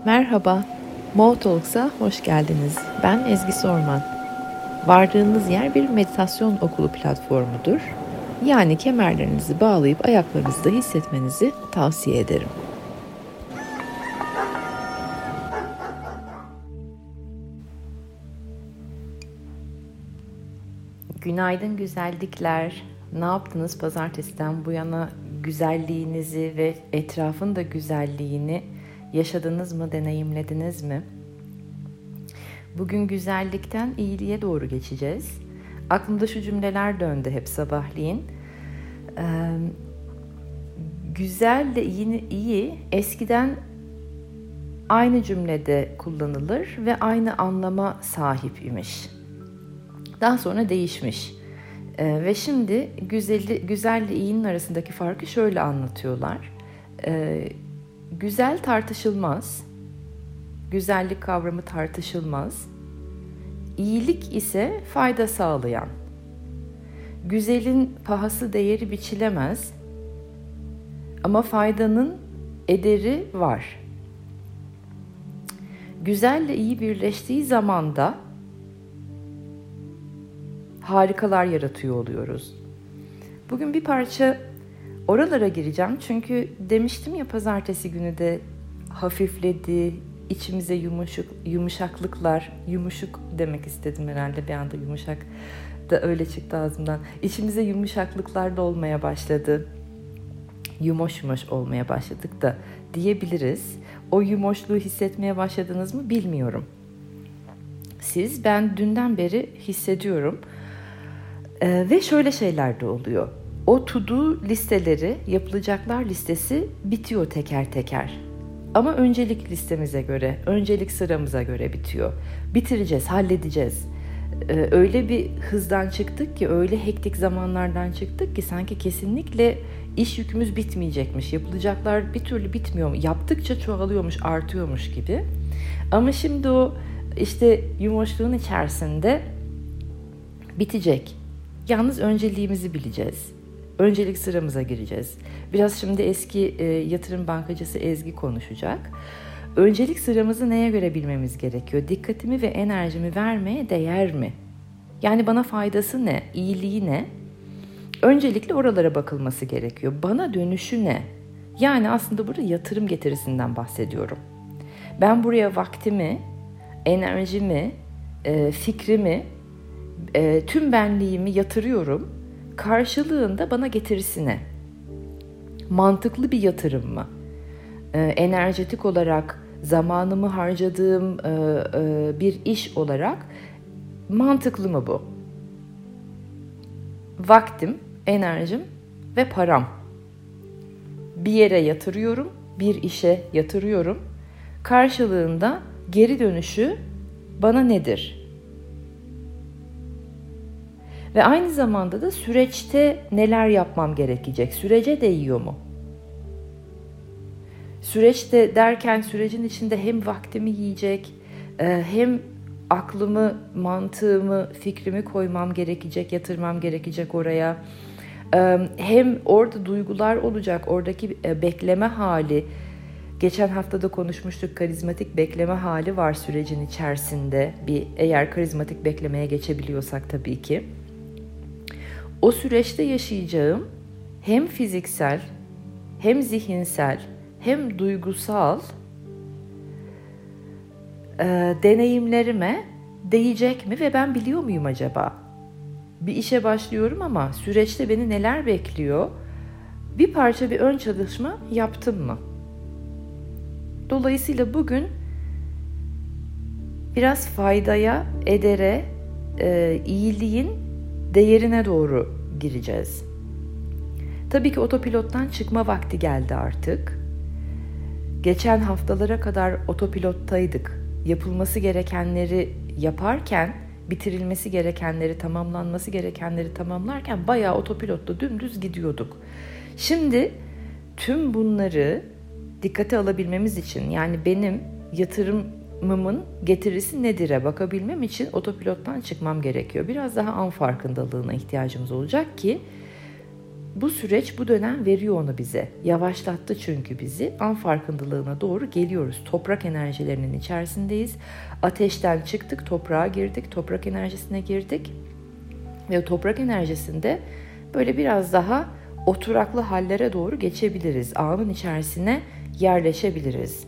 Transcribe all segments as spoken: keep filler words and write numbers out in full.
Merhaba, Mo Talks'a hoş geldiniz. Ben Ezgi Sorman. Vardığınız yer bir meditasyon okulu platformudur. Yani kemerlerinizi bağlayıp ayaklarınızda hissetmenizi tavsiye ederim. Günaydın güzellikler. Ne yaptınız pazartesiden bu yana? Güzelliğinizi ve etrafın da güzelliğini yaşadınız mı, deneyimlediniz mi? Bugün güzellikten iyiliğe doğru geçeceğiz. Aklımda şu cümleler döndü hep sabahleyin. Ee, güzel de iyi, iyi eskiden aynı cümlede kullanılır ve aynı anlama sahip imiş. Daha sonra değişmiş. Ee, ve şimdi güzelli, güzelle iyinin arasındaki farkı şöyle anlatıyorlar. Ee, güzel tartışılmaz. Güzellik kavramı tartışılmaz. İyilik ise fayda sağlayan. Güzelin pahası değeri biçilemez. Ama faydanın ederi var. Güzelle iyi birleştiği zaman da harikalar yaratıyor oluyoruz. Bugün bir parça oralara gireceğim. Çünkü demiştim ya pazartesi günü de hafifledi, içimize yumuşak, yumuşaklıklar, yumuşuk demek istedim herhalde bir anda yumuşak da öyle çıktı ağzımdan. İçimize yumuşaklıklar da olmaya başladı. Yumoş yumoş olmaya başladık da diyebiliriz. O yumoşluğu hissetmeye başladınız mı bilmiyorum. Siz, ben dünden beri hissediyorum. Ee, ve şöyle şeyler de oluyor. O to-do listeleri, yapılacaklar listesi bitiyor teker teker. Ama öncelik listemize göre, öncelik sıramıza göre bitiyor. Bitireceğiz, halledeceğiz. Ee, öyle bir hızdan çıktık ki, öyle hektik zamanlardan çıktık ki sanki kesinlikle iş yükümüz bitmeyecekmiş. Yapılacaklar bir türlü bitmiyor. Yaptıkça çoğalıyormuş, artıyormuş gibi. Ama şimdi o işte yumoşluğun içerisinde bitecek. Yalnız önceliğimizi bileceğiz. Öncelik sıramıza gireceğiz. Biraz şimdi eski e, yatırım bankacısı Ezgi konuşacak. Öncelik sıramızı neye göre bilmemiz gerekiyor? Dikkatimi ve enerjimi vermeye değer mi? Yani bana faydası ne? İyiliği ne? Öncelikle oralara bakılması gerekiyor. Bana dönüşü ne? Yani aslında burada yatırım getirisinden bahsediyorum. Ben buraya vaktimi, enerjimi, e, fikrimi, e, tüm benliğimi yatırıyorum. Karşılığında bana getirisine. Mantıklı bir yatırım mı? E, enerjetik olarak zamanımı harcadığım e, e, bir iş olarak mantıklı mı bu? Vaktim, enerjim ve param. Bir yere yatırıyorum, bir işe yatırıyorum. Karşılığında geri dönüşü bana nedir? Ve aynı zamanda da süreçte neler yapmam gerekecek? Sürece değiyor mu? Süreçte derken sürecin içinde hem vaktimi yiyecek, hem aklımı, mantığımı, fikrimi koymam gerekecek, yatırmam gerekecek oraya. Hem orada duygular olacak, oradaki bekleme hali. Geçen hafta da konuşmuştuk, karizmatik bekleme hali var sürecin içerisinde. Bir, eğer karizmatik beklemeye geçebiliyorsak tabii ki. O süreçte yaşayacağım hem fiziksel, hem zihinsel, hem duygusal e, deneyimlerime değecek mi ve ben biliyor muyum acaba? Bir işe başlıyorum ama süreçte beni neler bekliyor? Bir parça bir ön çalışma yaptım mı? Dolayısıyla bugün biraz faydaya, edere, e, iyiliğin değerine doğru gireceğiz. Tabii ki otopilottan çıkma vakti geldi artık. Geçen haftalara kadar otopilottaydık. Yapılması gerekenleri yaparken, bitirilmesi gerekenleri, tamamlanması gerekenleri tamamlarken bayağı otopilotta dümdüz gidiyorduk. Şimdi tüm bunları dikkate alabilmemiz için, yani benim yatırımımın getirisi nedir'e bakabilmem için otopilottan çıkmam gerekiyor. Biraz daha an farkındalığına ihtiyacımız olacak ki Bu süreç, bu dönem veriyor onu bize. Yavaşlattı çünkü bizi. An farkındalığına doğru geliyoruz. Toprak enerjilerinin içerisindeyiz. Ateşten çıktık, toprağa girdik, toprak enerjisine girdik. Ve o toprak enerjisinde böyle biraz daha oturaklı hallere doğru geçebiliriz. Anın içerisine yerleşebiliriz.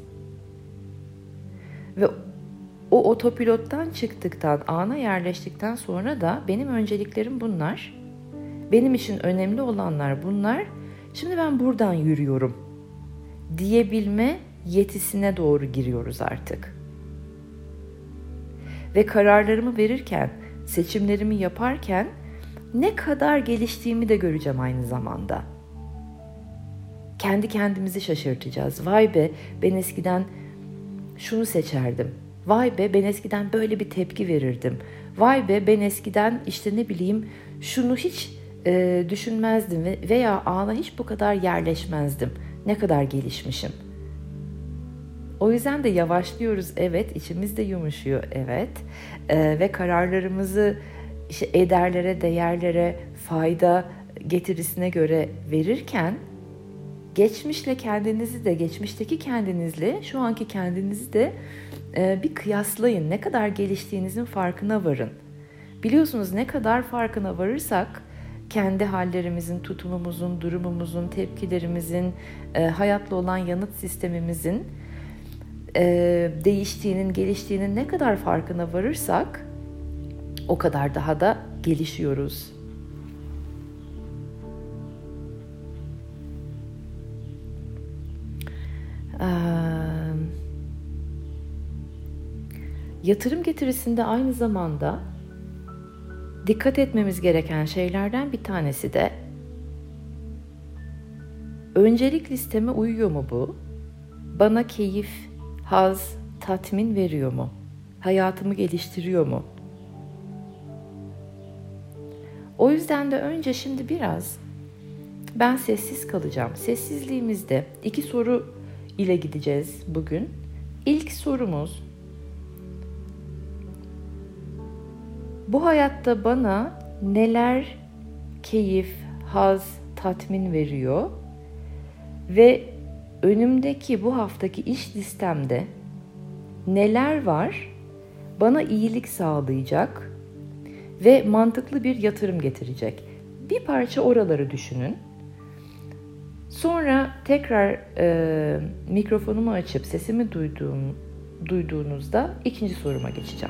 Ve o otopilottan çıktıktan, ana yerleştikten sonra da benim önceliklerim bunlar. Benim için önemli olanlar bunlar. Şimdi ben buradan yürüyorum diyebilme yetisine doğru giriyoruz artık. Ve kararlarımı verirken, seçimlerimi yaparken ne kadar geliştiğimi de göreceğim aynı zamanda. Kendi kendimizi şaşırtacağız. Vay be, ben eskiden şunu seçerdim. Vay be, ben eskiden böyle bir tepki verirdim. Vay be, ben eskiden işte ne bileyim şunu hiç e, düşünmezdim veya ana hiç bu kadar yerleşmezdim. Ne kadar gelişmişim. O yüzden de yavaşlıyoruz, evet, içimiz de yumuşuyor, evet. E, ve kararlarımızı işte ederlere, değerlere, fayda getirisine göre verirken geçmişle kendinizi de, geçmişteki kendinizle şu anki kendinizi de e, bir kıyaslayın. Ne kadar geliştiğinizin farkına varın. Biliyorsunuz, ne kadar farkına varırsak kendi hallerimizin, tutumumuzun, durumumuzun, tepkilerimizin, e, hayatla olan yanıt sistemimizin e, değiştiğinin, geliştiğinin ne kadar farkına varırsak o kadar daha da gelişiyoruz. Ee, yatırım getirisinde aynı zamanda dikkat etmemiz gereken şeylerden bir tanesi de öncelik listeme uyuyor mu bu? Bana keyif, haz, tatmin veriyor mu? Hayatımı geliştiriyor mu? O yüzden de önce şimdi biraz ben sessiz kalacağım. Sessizliğimizde iki soru ile gideceğiz bugün. İlk sorumuz, bu hayatta bana neler keyif, haz, tatmin veriyor ve önümdeki bu haftaki iş listemde neler var bana iyilik sağlayacak ve mantıklı bir yatırım getirecek. Bir parça oraları düşünün. Sonra tekrar e, mikrofonumu açıp sesimi duyduğum, duyduğunuzda ikinci soruma geçeceğim.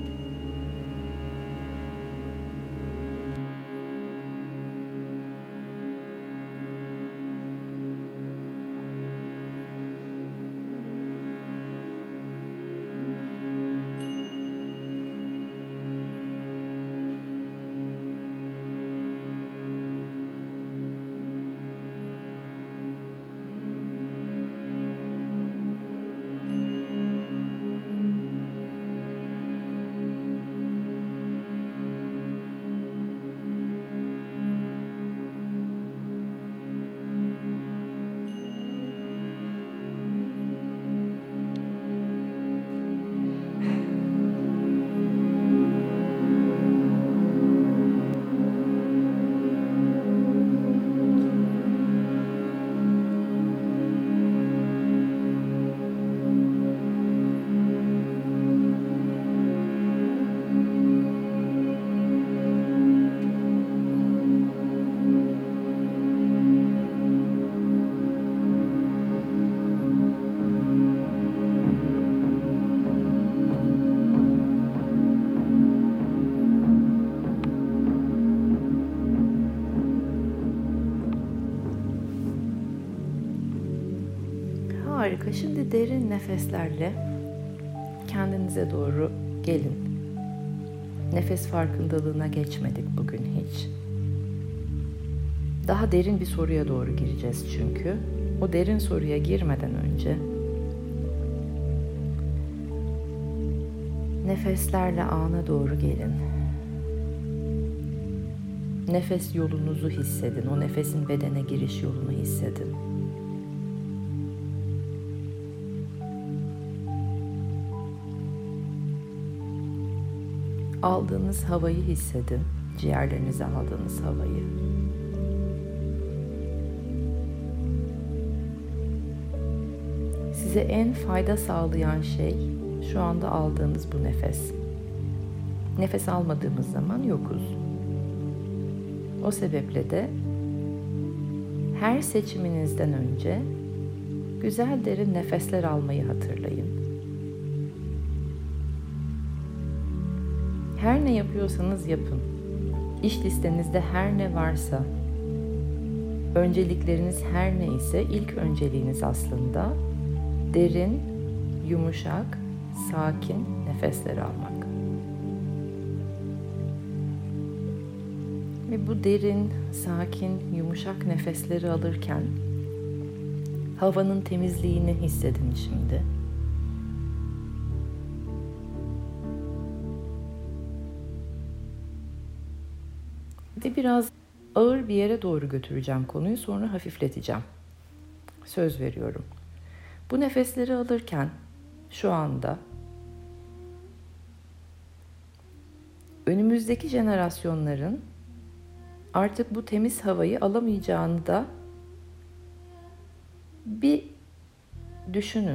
Harika. Şimdi derin nefeslerle kendinize doğru gelin. Nefes farkındalığına geçmedik bugün hiç. Daha derin bir soruya doğru gireceğiz çünkü. O derin soruya girmeden önce nefeslerle ana doğru gelin. Nefes yolunuzu hissedin. O nefesin bedene giriş yolunu hissedin. Aldığınız havayı hissedin. Ciğerlerinize aldığınız havayı. size en fayda sağlayan şey şu anda aldığınız bu nefes. Nefes almadığımız zaman yokuz. O sebeple de her seçiminizden önce güzel derin nefesler almayı hatırlayın. Her ne yapıyorsanız yapın. İş listenizde her ne varsa, öncelikleriniz her neyse ilk önceliğiniz aslında derin, yumuşak, sakin nefesler almak. Ve bu derin, sakin, yumuşak nefesleri alırken havanın temizliğini hissedin şimdi. Ve biraz ağır bir yere doğru götüreceğim konuyu, sonra hafifleteceğim. Söz veriyorum. Bu nefesleri alırken şu anda önümüzdeki jenerasyonların artık bu temiz havayı alamayacağını da bir düşünün.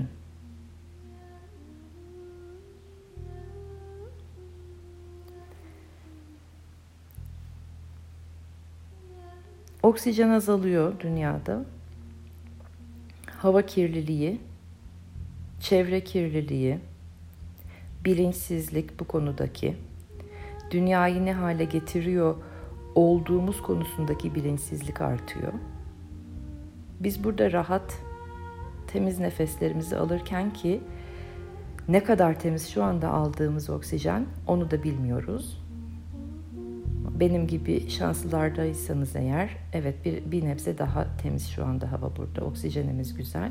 Oksijen azalıyor dünyada. Hava kirliliği, çevre kirliliği, bilinçsizlik bu konudaki, dünyayı ne hale getiriyor olduğumuz konusundaki bilinçsizlik artıyor. Biz burada rahat, temiz nefeslerimizi alırken ki ne kadar temiz şu anda aldığımız oksijen onu da bilmiyoruz. Benim gibi şanslılardaysanız eğer, evet bir, bir nebze daha temiz şu anda hava burada. Oksijenimiz güzel.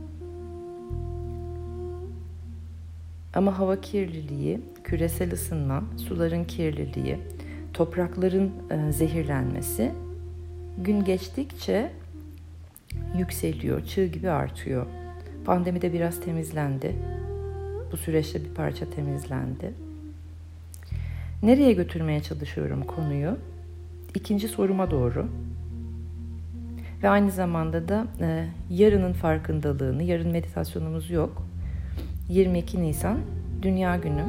Ama hava kirliliği, küresel ısınma, suların kirliliği, toprakların e, zehirlenmesi gün geçtikçe yükseliyor, çığ gibi artıyor. Pandemide biraz temizlendi. Bu süreçte bir parça temizlendi. Nereye götürmeye çalışıyorum konuyu? İkinci soruma doğru. Ve aynı zamanda da e, yarının farkındalığını, yarın meditasyonumuz yok. yirmi iki Nisan Dünya Günü.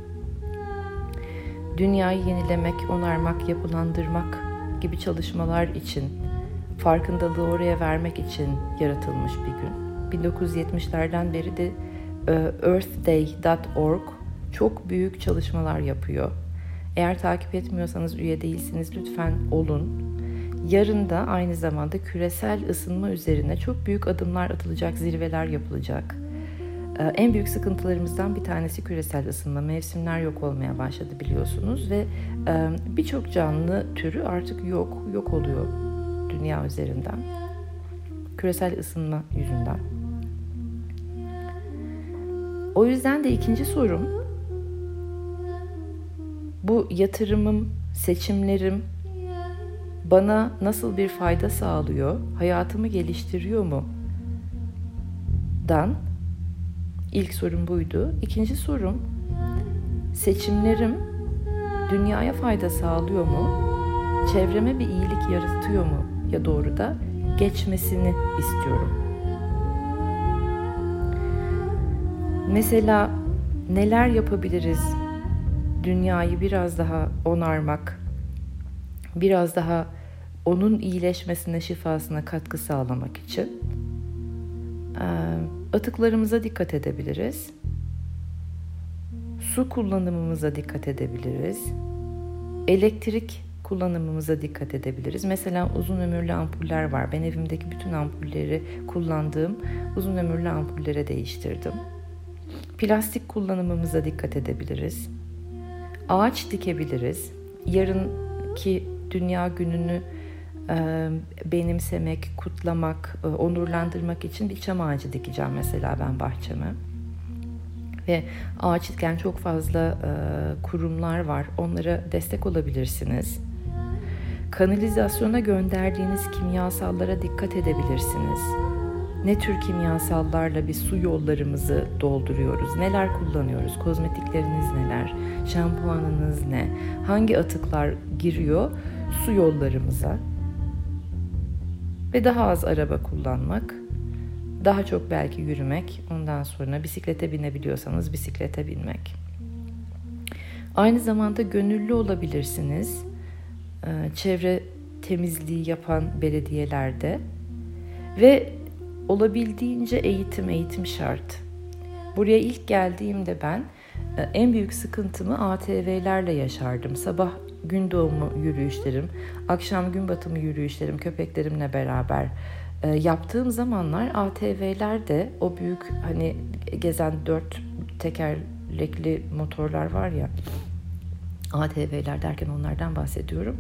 Dünyayı yenilemek, onarmak, yapılandırmak gibi çalışmalar için, farkındalığı oraya vermek için yaratılmış bir gün. bin dokuz yüz yetmişlerden beri de e, earth day dot org çok büyük çalışmalar yapıyor. Eğer takip etmiyorsanız, üye değilsiniz, lütfen olun. Yarın da aynı zamanda küresel ısınma üzerine çok büyük adımlar atılacak, zirveler yapılacak. Ee, en büyük sıkıntılarımızdan bir tanesi küresel ısınma. Mevsimler yok olmaya başladı biliyorsunuz ve e, birçok canlı türü artık yok, yok oluyor dünya üzerinden. Küresel ısınma yüzünden. O yüzden de ikinci sorum, bu yatırımım, seçimlerim bana nasıl bir fayda sağlıyor, hayatımı geliştiriyor mu? Dan ilk sorum buydu. İkinci sorum, seçimlerim dünyaya fayda sağlıyor mu? Çevreme bir iyilik yaratıyor mu? Ya doğru da geçmesini istiyorum. Mesela neler yapabiliriz? Dünyayı biraz daha onarmak, biraz daha onun iyileşmesine, şifasına katkı sağlamak için atıklarımıza dikkat edebiliriz. Su kullanımımıza dikkat edebiliriz. Elektrik kullanımımıza dikkat edebiliriz. Mesela uzun ömürlü ampuller var. Ben evimdeki bütün ampulleri kullandığım uzun ömürlü ampullere değiştirdim. Plastik kullanımımıza dikkat edebiliriz. Ağaç dikebiliriz. Yarınki Dünya Günü'nü e, benimsemek, kutlamak, e, onurlandırmak için bir çam ağacı dikeceğim mesela ben bahçeme. Ve ağaç diken çok fazla e, kurumlar var. Onlara destek olabilirsiniz. Kanalizasyona gönderdiğiniz kimyasallara dikkat edebilirsiniz. Ne tür kimyasallarla biz su yollarımızı dolduruyoruz? Neler kullanıyoruz? Kozmetikleriniz neler? Şampuanınız ne? Hangi atıklar giriyor su yollarımıza? Ve daha az araba kullanmak Daha çok belki yürümek, ondan sonra bisiklete binebiliyorsanız bisiklete binmek. Aynı zamanda gönüllü olabilirsiniz. Çevre temizliği yapan belediyelerde ve olabildiğince eğitim, eğitim şart. Buraya ilk geldiğimde ben en büyük sıkıntımı A T V'lerle yaşardım. Sabah gün doğumu yürüyüşlerim, akşam gün batımı yürüyüşlerim köpeklerimle beraber yaptığım zamanlar A T V'lerde o büyük hani gezen dört tekerlekli motorlar var ya, A T V'ler derken onlardan bahsediyorum.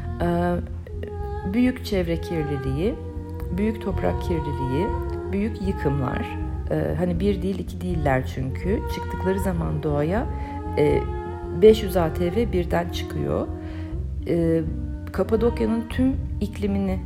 Büyük çevre kirliliği, büyük toprak kirliliği, büyük yıkımlar. Hani bir değil iki değiller çünkü. Çıktıkları zaman doğaya beş yüz A T V birden çıkıyor. Kapadokya'nın tüm iklimini,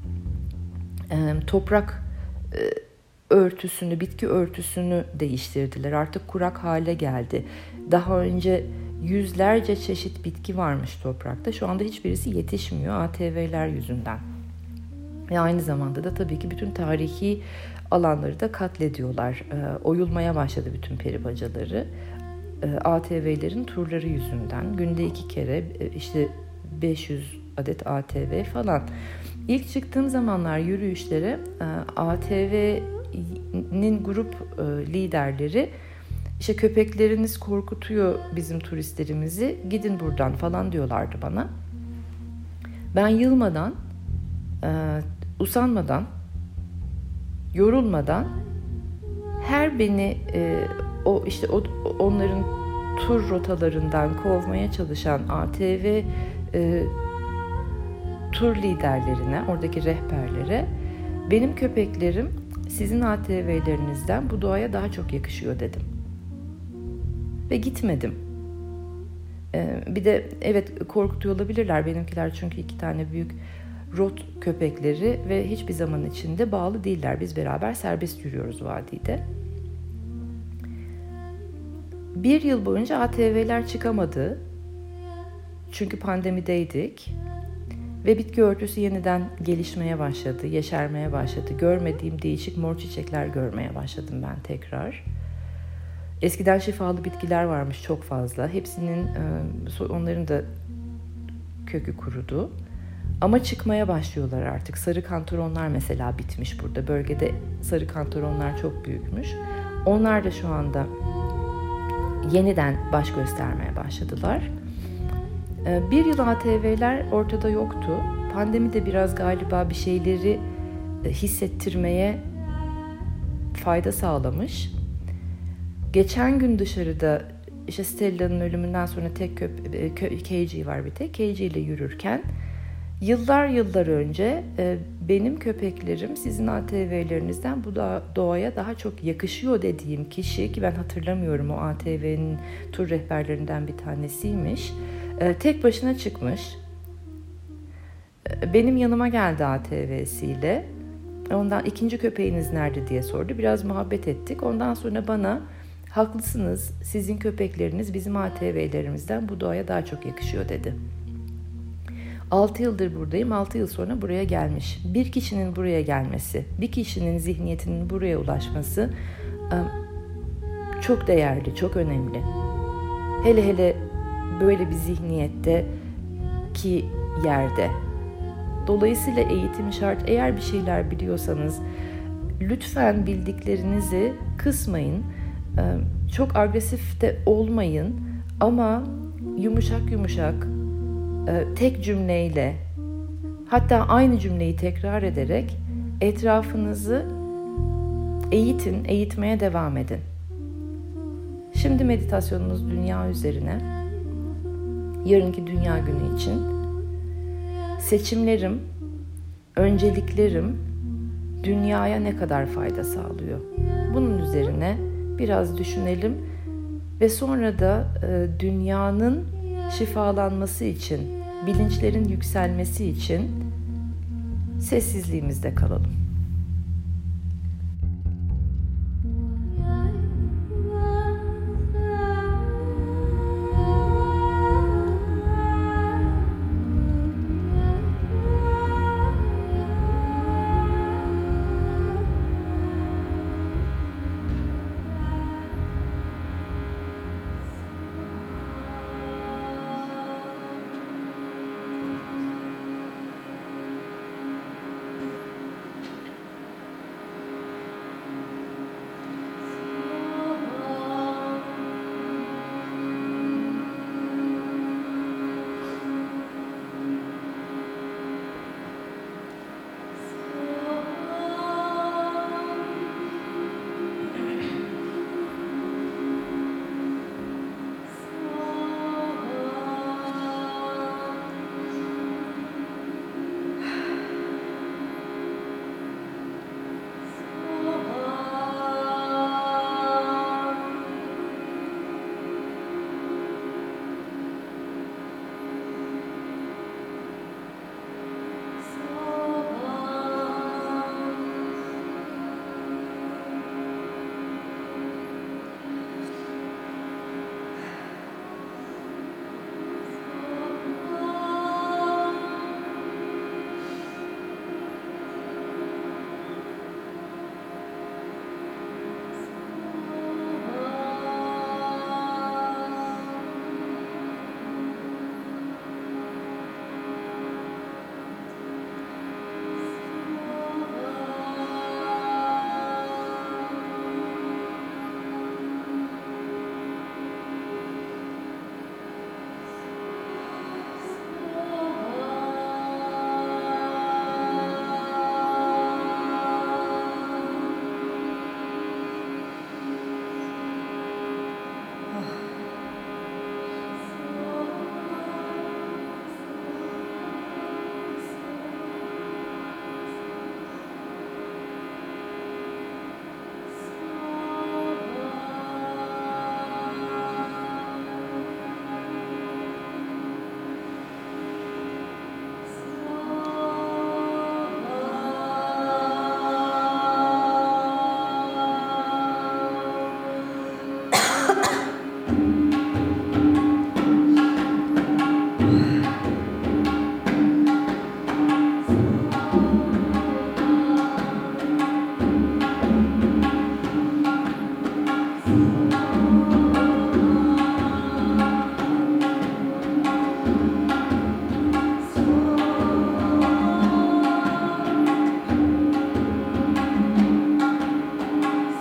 toprak örtüsünü, bitki örtüsünü değiştirdiler. Artık kurak hale geldi. Daha önce yüzlerce çeşit bitki varmış toprakta. Şu anda hiçbirisi yetişmiyor A T V'ler yüzünden. Ve aynı zamanda da tabii ki bütün tarihi alanları da katlediyorlar. E, oyulmaya başladı bütün peri bacaları. E, A T V'lerin turları yüzünden. Günde iki kere e, işte beş yüz adet A T V falan. İlk çıktığım zamanlar yürüyüşlere e, A T V'nin grup e, liderleri İşte köpekleriniz korkutuyor bizim turistlerimizi, gidin buradan falan diyorlardı bana. Ben yılmadan, e, usanmadan, yorulmadan her beni e, o işte o, onların tur rotalarından kovmaya çalışan A T V e, tur liderlerine, oradaki rehberlere benim köpeklerim sizin A T V'lerinizden bu doğaya daha çok yakışıyor dedim. Ve gitmedim. Ee, bir de evet korkutuyor olabilirler benimkiler çünkü iki tane büyük rot köpekleri ve hiçbir zaman içinde bağlı değiller. Biz beraber serbest yürüyoruz vadide. Bir yıl boyunca A T V'ler çıkamadı. Çünkü pandemideydik. Ve bitki örtüsü yeniden gelişmeye başladı, yeşermeye başladı. Görmediğim değişik mor çiçekler görmeye başladım ben tekrar. Eskiden şifalı bitkiler varmış çok fazla. Hepsinin, onların da kökü kurudu. Ama çıkmaya başlıyorlar artık. Sarı kantaronlar mesela bitmiş burada. Bölgede sarı kantaronlar çok büyükmüş. Onlar da şu anda yeniden baş göstermeye başladılar. Bir yıl A T V'ler ortada yoktu. Pandemi de biraz galiba bir şeyleri hissettirmeye fayda sağlamış. Geçen gün dışarıda işte Stella'nın ölümünden sonra tek köp K G var bir tek. K G ile yürürken yıllar yıllar önce benim köpeklerim sizin A T V'lerinizden bu doğaya daha çok yakışıyor dediğim kişi, ki ben hatırlamıyorum, o A T V'nin tur rehberlerinden bir tanesiymiş. Tek başına çıkmış. Benim yanıma geldi A T V'siyle. Ondan ikinci köpeğiniz nerede diye sordu. Biraz muhabbet ettik. Ondan sonra bana haklısınız, sizin köpekleriniz bizim A T V'lerimizden bu doğaya daha çok yakışıyor dedi. altı yıldır buradayım. altı yıl sonra buraya gelmiş. Bir kişinin buraya gelmesi, bir kişinin zihniyetinin buraya ulaşması çok değerli, çok önemli. Hele hele böyle bir zihniyette ki yerde. Dolayısıyla eğitim şart. Eğer bir şeyler biliyorsanız lütfen bildiklerinizi kısmayın. Çok agresif de olmayın ama yumuşak yumuşak tek cümleyle, hatta aynı cümleyi tekrar ederek etrafınızı eğitin, eğitmeye devam edin. Şimdi meditasyonumuz dünya üzerine. Yarınki dünya günü için seçimlerim, önceliklerim dünyaya ne kadar fayda sağlıyor? Bunun üzerine biraz düşünelim ve sonra da e, dünyanın şifalanması için, bilinçlerin yükselmesi için sessizliğimizde kalalım.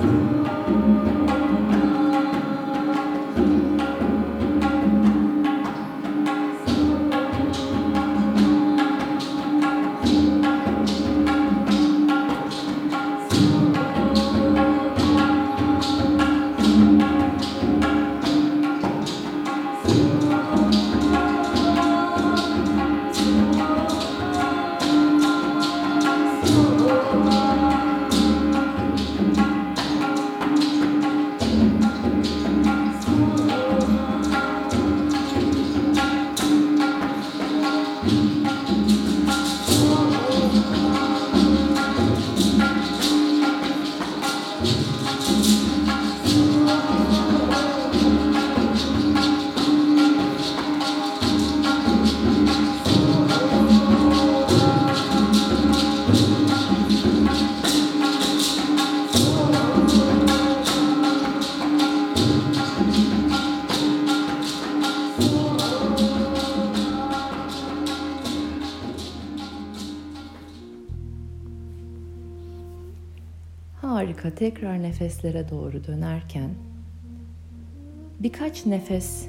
Harika. Tekrar nefeslere doğru dönerken birkaç nefes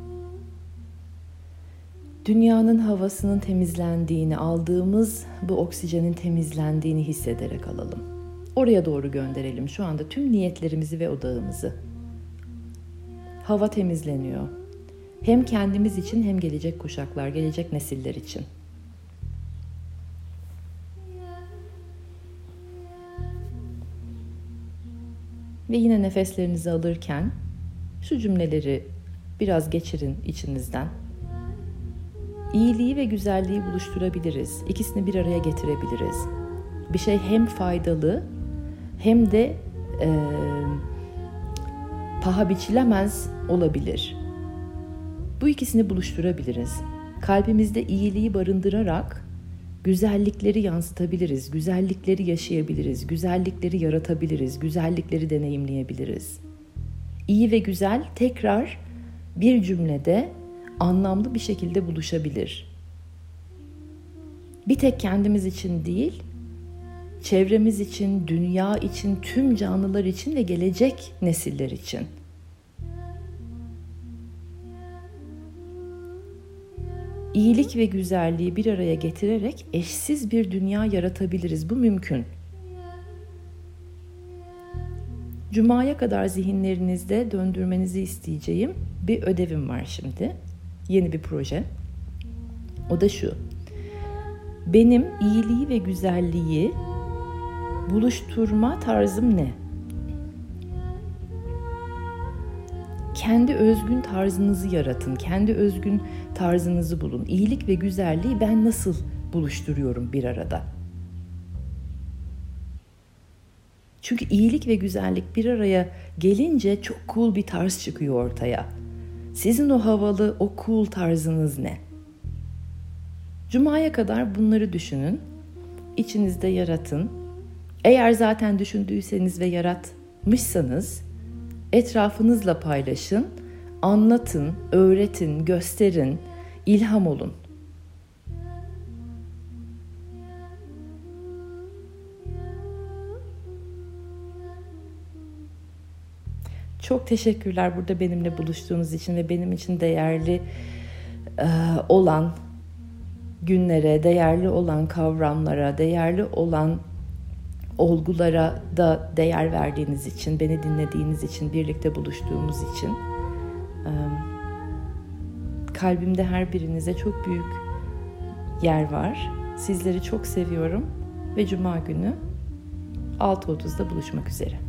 dünyanın havasının temizlendiğini, aldığımız bu oksijenin temizlendiğini hissederek alalım. Oraya doğru gönderelim şu anda tüm niyetlerimizi ve odağımızı. Hava temizleniyor. Hem kendimiz için hem gelecek kuşaklar, gelecek nesiller için. Ve yine nefeslerinizi alırken şu cümleleri biraz geçirin içinizden. İyiliği ve güzelliği buluşturabiliriz. İkisini bir araya getirebiliriz. Bir şey hem faydalı hem de e, paha biçilemez olabilir. Bu ikisini buluşturabiliriz. Kalbimizde iyiliği barındırarak güzellikleri yansıtabiliriz, güzellikleri yaşayabiliriz, güzellikleri yaratabiliriz, güzellikleri deneyimleyebiliriz. İyi ve güzel tekrar bir cümlede anlamlı bir şekilde buluşabilir. Bir tek kendimiz için değil, çevremiz için, dünya için, tüm canlılar için ve gelecek nesiller için. İyilik ve güzelliği bir araya getirerek eşsiz bir dünya yaratabiliriz. Bu mümkün. Cuma'ya kadar zihinlerinizde döndürmenizi isteyeceğim bir ödevim var şimdi. Yeni bir proje. O da şu. Benim iyiliği ve güzelliği buluşturma tarzım ne? Kendi özgün tarzınızı yaratın. Kendi özgün tarzınızı bulun. İyilik ve güzelliği ben nasıl buluşturuyorum bir arada? Çünkü iyilik ve güzellik bir araya gelince çok cool bir tarz çıkıyor ortaya. Sizin o havalı, o cool tarzınız ne? Cuma'ya kadar bunları düşünün. İçinizde yaratın. Eğer zaten düşündüyseniz ve yaratmışsanız etrafınızla paylaşın, anlatın, öğretin, gösterin, ilham olun. Çok teşekkürler burada benimle buluştuğunuz için ve benim için değerli e, olan günlere, değerli olan kavramlara, değerli olan olgulara da değer verdiğiniz için, beni dinlediğiniz için, birlikte buluştuğumuz için. E, kalbimde her birinize çok büyük yer var. Sizleri çok seviyorum ve Cuma günü altı otuzda buluşmak üzere.